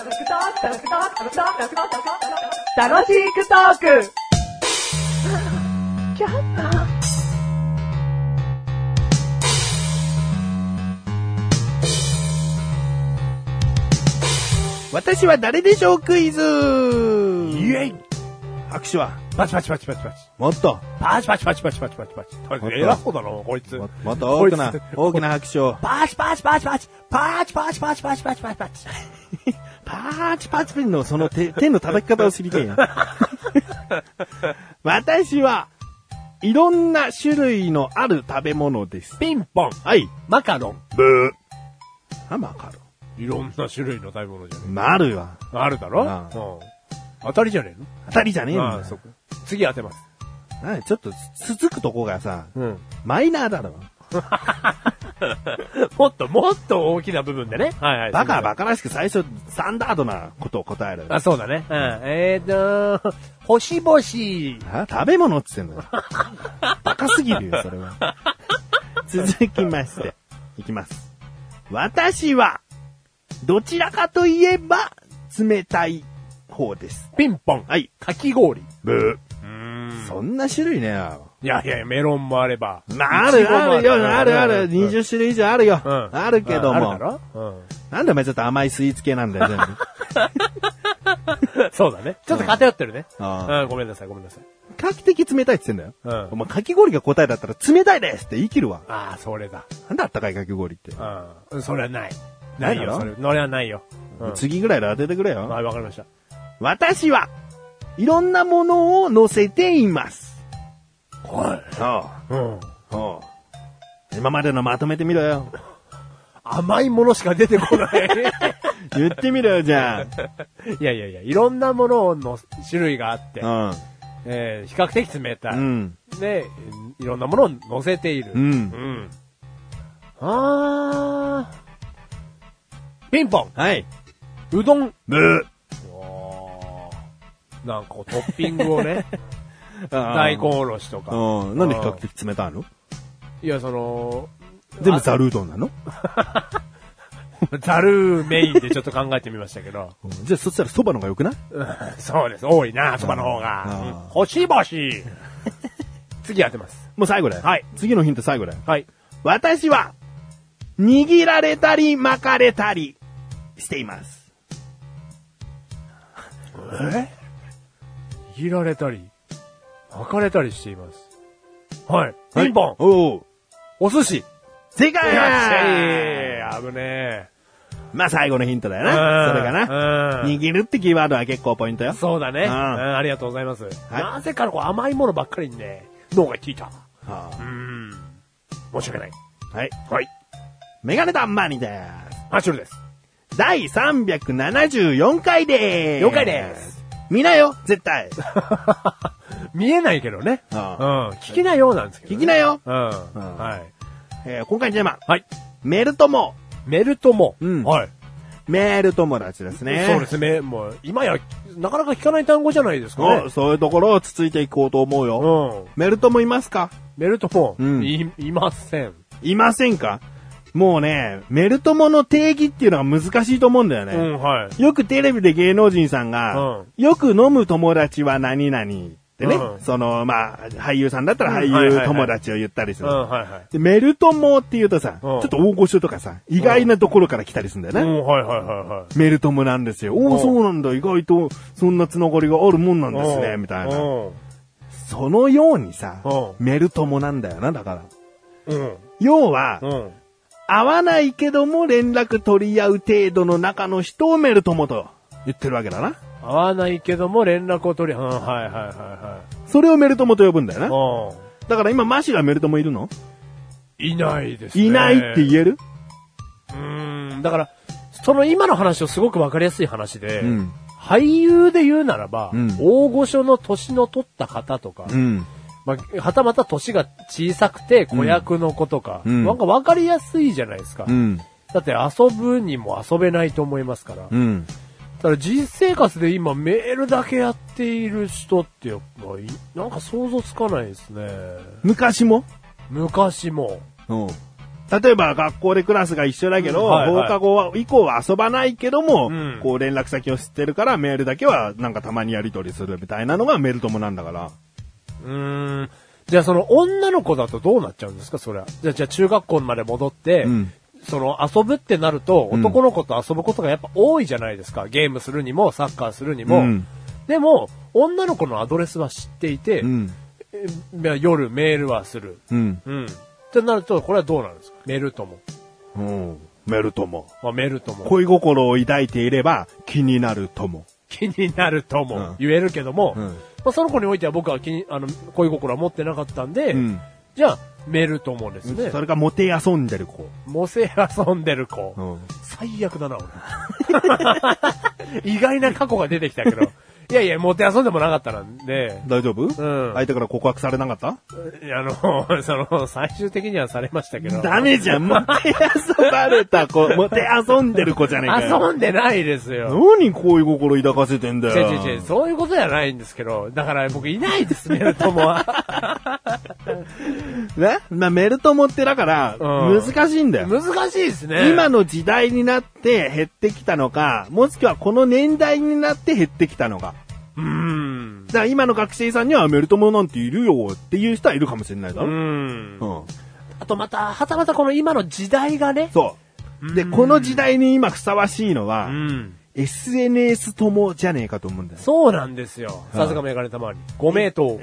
楽しくトーク私は誰でしょうクイズ。イエイ。 拍手はパチパチパチパチパチ。 もっとパチパチパチパチパチパチパチ。偉そうだな、こいつ。 もっと大きな拍手を。 パチパチパチパチ。パチパチパチパチパチパチパチ。 パーチパチピンのその手の叩き方を知りたいな。私はいろんな種類のある食べ物です。 ピンポン。 はい。 マカロン。 ブー。マカロン。 いろんな種類の食べ物じゃねえ。 あるわ。 あるだろ、うん、当たりじゃねえの？ 当たりじゃねえんだよ。 次当てます。 ちょっとつつくとこがさ、 うん、 マイナーだろ。 もっと大きな部分でね。はいはい。 バカらしく最初スタンダードなことを答える。 あ、そうだね。うん。星々。 食べ物って言ってんだよ。バカすぎるよ、それは。続きまして。いきます。私は、どちらかといえば、冷たい方です。 ピンポン。 はい。 かき氷。 ブー。そんな種類ねえよ。 いや、メロンもあれば。 ある。20種類以上あるよ。あるけども。 あるだろ？ なんでお前ちょっと甘いスイーツ系なんだよ、全部。 そうだね。ちょっと偏ってるね。ごめんなさい。比較的冷たいって言ってんだよ。お前かき氷が答えだったら冷たいですって言い切るわ。 ああ、それだ。 なんだあったかいかき氷って。 それはない。ないよ、それはないよ。 次ぐらいで当ててくれよ。 はい、わかりました。 私はいろんなものを乗せています。 はい。 今までのまとめてみろよ。 甘いものしか出てこない。 言ってみろよ、じゃあ。 いや、いろんなものの種類があって、比較的冷たい。で、いろんなものを乗せている。ピンポン。 はい。 うどん。 ブー。 なんかトッピングをね、大根おろしとか。 なんで比較的冷たいの？ いや、 全部ザルうどんなの？ ザルメインでちょっと考えてみましたけど。 じゃあそしたら蕎麦の方が良くない？ そうです。多いな、蕎麦の方が。星々。次当てます。 もう最後だよ。 はい。 次のヒント最後だよ。 はい。 私は、握られたり巻かれたりしています。 握られたり、巻かれたりしています。はい。ピンポン。お寿司。 正解。 危ねえ。 まあ最後のヒントだよな。それかな。握るってキーワードは結構ポイントよ。 そうだね。ありがとうございます。なぜか甘いものばっかりにね、脳が効いた。申し訳ない。 はい。 はい。 メガネタンマーニです。 マッシュルです。 第374回でーす。 4回です。 見なよ、絶対。 見えないけどね。聞きなよなんですけど、ね。 聞きなよ。 はい。 今回のテーマ。 はい。 メル友。 メル友。 はい。メール友達ですね。 そうですね。もう、今や、なかなか聞かない単語じゃないですかね。 そういうところをつついていこうと思うよ。メル友いますか？ メル友、いません。 いませんか？もうね、メル友の定義っていうのは難しいと思うんだよね。 はい。 よくテレビで芸能人さんが、よく飲む友達は何々ってね、俳優さんだったら俳優友達を言ったりする。でメル友って言うとさ、ちょっと大御所とかさ、意外なところから来たりするんだよね。メル友なんですよ。そうなんだ。意外とそんなつながりがあるもんなんですね、みたいな。そのようにさ、メル友なんだよな、だから。要は、会わないけども連絡取り合う程度の中の人をメル友と言ってるわけだな。 会わないけども連絡を取り、 それをメル友と呼ぶんだよな。だから今マシがメル友いるの？ いないですね。 いないって言える？ だから、その今の話をすごくわかりやすい話で、俳優で言うならば、大御所の年の取った方とか、はたまた年が小さくて子役の子とか、なんか分かりやすいじゃないですか。だって遊ぶにも遊べないと思いますから。だから実生活で今メールだけやっている人ってなんか想像つかないですね。 昔も。 例えば学校でクラスが一緒だけど、放課後以降は遊ばないけども、こう連絡先を知ってるからメールだけはなんかたまにやり取りするみたいなのがメル友なんだから。 じゃあその女の子だとどうなっちゃうんですか、それは。じゃあ中学校まで戻って、その遊ぶってなると男の子と遊ぶことがやっぱ多いじゃないですか。ゲームするにもサッカーするにも。でも、女の子のアドレスは知っていて、夜メールはする。ってなると、これはどうなんですか？メル友。 メル友。 メル友。 恋心を抱いていれば気になる友。 気になる友。言えるけども、その子においては僕は恋心は持ってなかったんで、じゃあ、メル友ですね。 それがモテ遊んでる子。 モテ遊んでる子。最悪だな、俺。意外な過去が出てきたけど。いやいや、モテ遊んでもなかったなんで。 大丈夫？相手から告白されなかった？ 最終的にはされましたけど。 ダメじゃん、モテ遊ばれた子、モテ遊んでる子じゃねえかよ。 遊んでないですよ。 何恋心抱かせてんだよ。 違う、そういうことじゃないんですけど、だから僕いないです、メル友は。 ね？メル友ってだから、難しいんだよ。 難しいですね。 今の時代になって減ってきたのか、もしくはこの年代になって減ってきたのか。だから今の学生さんにはメル友なんているよっていう人はいるかもしれないだろ。 あとはたまたこの今の時代がね。 そう。で、この時代に今ふさわしいのは、SNS 友じゃねえかと思うんだよ。 そうなんですよ。さすがメガネたまり。ご名答。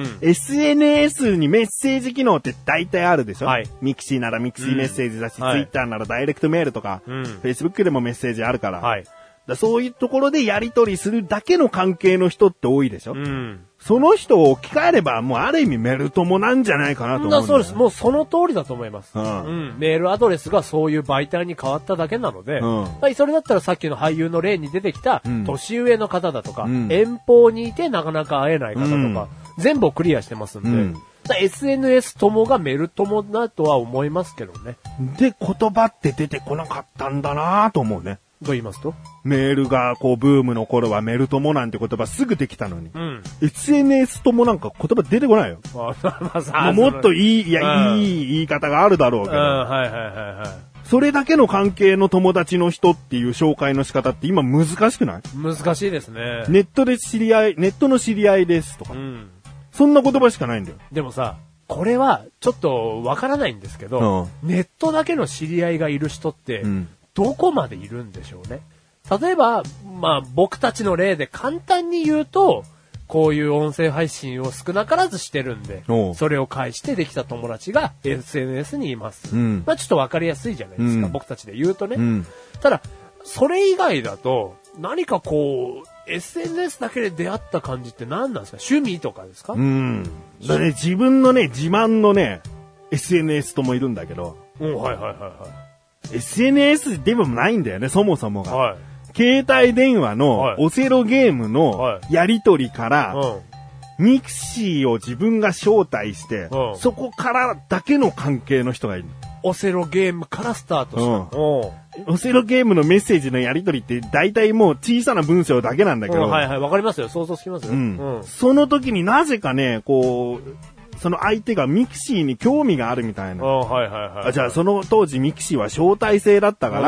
SNS にメッセージ機能って大体あるでしょ？ はい。 ミクシーならミクシーメッセージだし、Twitter ならダイレクトメールとか、Facebook でもメッセージあるから。 はい。 そういうところでやり取りするだけの関係の人って多いでしょ？その人を置き換えればもうある意味メル友なんじゃないかなと思うんだよね。 そうです。もうその通りだと思います。メールアドレスがそういう媒体に変わっただけなので、それだったらさっきの俳優の例に出てきた年上の方だとか、遠方にいてなかなか会えない方とか、全部をクリアしてますんで、SNS 友がメル友だとは思いますけどね。 で、言葉って出てこなかったんだなと思うね。 どう言いますと？ メールがこうブームの頃はメル友なんて言葉すぐできたのに、SNS 友なんか言葉出てこないよ。もっといい言い方があるだろうけど、それだけの関係の友達の人っていう紹介の仕方って今難しくない？ 難しいですね。 ネットの知り合いですとか、そんな言葉しかないんだよ。 でもさ、これはちょっとわからないんですけど、ネットだけの知り合いがいる人って、どこまでいるんでしょうね。例えば、僕たちの例で簡単に言うと、こういう音声配信を少なからずしてるんで、それを介してできた友達が SNS にいます。ちょっとわかりやすいじゃないですか、僕たちで言うとね。ただ、それ以外だと、何かこう、SNS だけで出会った感じって何なんですか？趣味とかですか？ だね、自分のね、自慢のね、SNS ともいるんだけど。SNS でもないんだよね、そもそもが。携帯電話のオセロゲームのやり取りから、ミクシーを自分が招待して、そこからだけの関係の人がいる。 オセロゲームからスタートした。 オセロゲームのメッセージのやり取りって大体もう小さな文章だけなんだけど。 わかりますよ。想像つきますよ。 その時になぜかね、こう、その相手がミクシーに興味があるみたいな。じゃあその当時ミクシーは招待制だったから、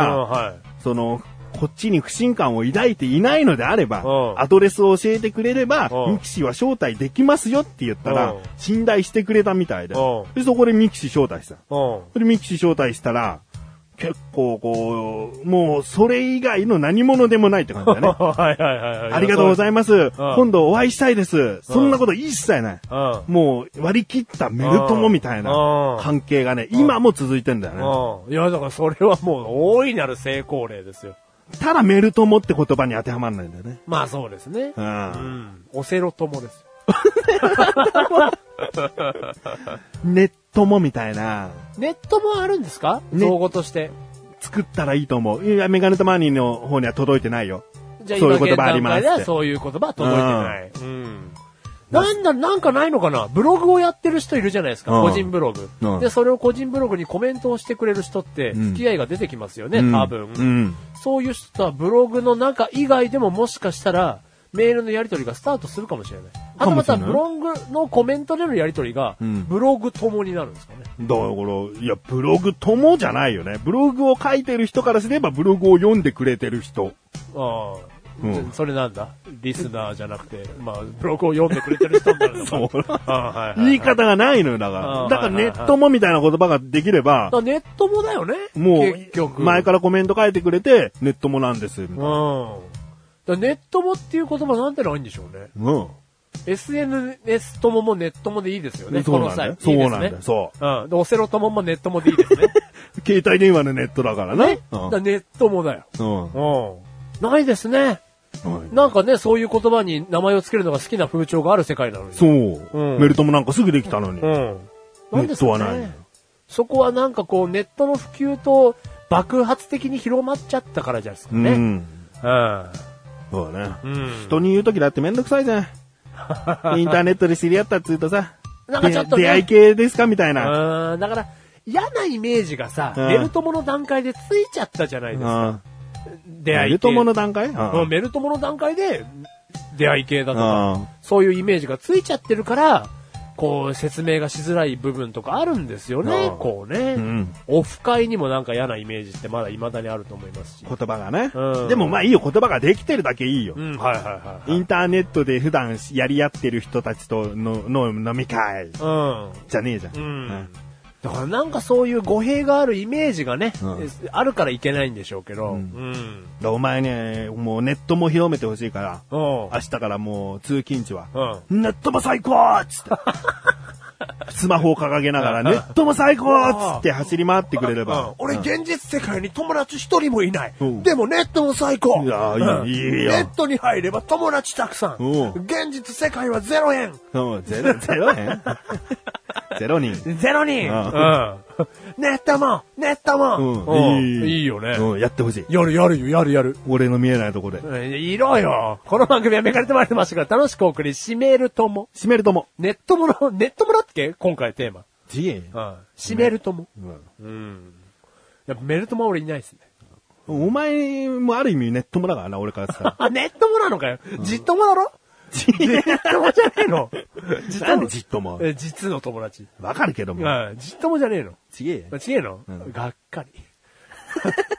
こっちに不信感を抱いていないのであれば、アドレスを教えてくれれば、ミクシーは招待できますよって言ったら、信頼してくれたみたいで、でそこでミクシー招待した。でミクシー招待したら、結構こう、もうそれ以外の何者でもないって感じだね。ありがとうございます。今度お会いしたいです。そんなこと一切ない。もう割り切ったメル友みたいな関係がね、今も続いてんだよね。いや、だからそれはもう大いなる成功例ですよ。 ただメル友って言葉に当てはまらないんだよね。 まあそうですね。オセロ友です。 ネットもみたいな。 ネットもあるんですか？造語として。 作ったらいいと思う。いや、メガネタマーニーの方には届いてないよ。 じゃあそういう言葉ありますって。そういう言葉は届いてない。なんかないのかな？ブログをやってる人いるじゃないですか。個人ブログ。で、それを個人ブログにコメントをしてくれる人って、付き合いが出てきますよね、多分。そういう人はブログの中以外でももしかしたら、メールのやり取りがスタートするかもしれない。 はたまたブログのコメントでのやりとりが、ブログ友になるんですかね。 だから、いや、ブログ友じゃないよね。ブログを書いてる人からすれば、ブログを読んでくれてる人。 ああ。それなんだリスナーじゃなくて、まあ、ブログを読んでくれてる人になるのか。そう。 言い方がないのよ、だから。だからネットもみたいな言葉ができれば。 ネットもだよね。 もう、前からコメント書いてくれて、ネットもなんです。みたいな。 ネットもっていう言葉なんてないんでしょうね。SNS とももネットもでいいですよね。 そうなんだよ。そうなんだよ。そう。 で、オセロとももネットもでいいですね。 携帯電話のネットだからね。 ネットもだよ。ないですね。なんかね、そういう言葉に名前をつけるのが好きな風潮がある世界なのに。 そう。メルトもなんかすぐできたのに。ネットはない。 そこはなんかこう、ネットの普及と爆発的に広まっちゃったからじゃないですかね。 そうだね。人に言うときだってめんどくさいじゃん。インターネットで知り合ったって言うとさ、なんかちょっと、出会い系ですかみたいな。 だから、嫌なイメージがさ、メルトモの段階でついちゃったじゃないですか。出会い系。 メルトモの段階メルトモの段階で出会い系だとか、そういうイメージがついちゃってるから、こう、説明がしづらい部分とかあるんですよね、こうね。オフ会にもなんか嫌なイメージってまだ未だにあると思いますし。 言葉がね。でもまあいいよ、言葉ができてるだけいいよ。インターネットで普段やり合ってる人たちとの飲み会。じゃねえじゃん。 だからなんかそういう語弊があるイメージがね、あるからいけないんでしょうけど。 お前ね、もうネットも広めてほしいから、明日からもう通勤地は、ネットも最高っつって。スマホを掲げながら、ネットも最高っつって走り回ってくれれば。 俺現実世界に友達一人もいない。でもネットも最高。 いや、いいよ。 ネットに入れば友達たくさん。現実世界は0円。 0円0人。 0人。ネットも。いいよね。 やってほしい。 やる。 俺の見えないとこで。 いろよ。この番組はめかれてまいりましたから、楽しくお送り、締めるとも。 締めるとも。 ネットもだっけ今回テーマ。締めるとも。やっぱメルトも俺いないですね。 お前もある意味ネットもだからな、俺からさ。 ネットもなのかよ。じっともだろじっともじゃねえの。 なんでじっとも実の友達。 わかるけども。 じっともじゃねえの。 ちげえのがっかり。